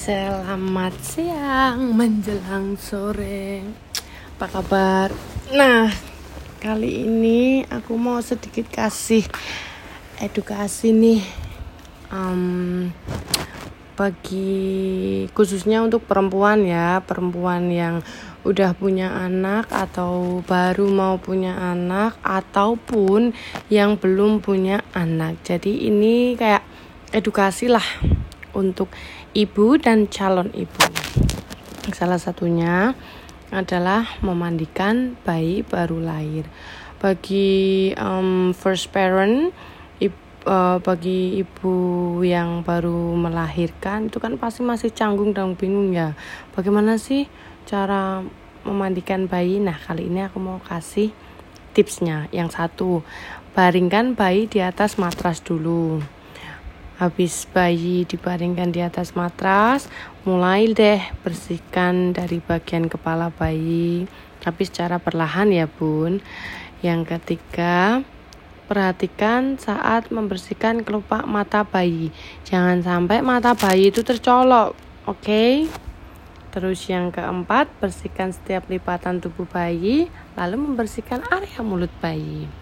Selamat siang menjelang sore. Apa kabar? Nah, kali ini aku mau sedikit kasih edukasi nih bagi khususnya untuk perempuan ya, perempuan yang udah punya anak atau baru mau punya anak ataupun yang belum punya anak. Jadi ini kayak edukasi lah untuk ibu dan calon ibu. Salah satunya adalah memandikan bayi baru lahir. Bagi first parent, bagi ibu yang baru melahirkan itu kan pasti masih canggung dan bingung ya. Bagaimana sih cara memandikan bayi? Nah, kali ini aku mau kasih tipsnya. Yang satu, baringkan bayi di atas matras dulu. Habis bayi dibaringkan di atas matras, mulai deh bersihkan dari bagian kepala bayi, tapi secara perlahan ya bun. Yang ketiga, perhatikan saat membersihkan kelopak mata bayi. Jangan sampai mata bayi itu tercolok, oke? Terus yang keempat, bersihkan setiap lipatan tubuh bayi, lalu membersihkan area mulut bayi.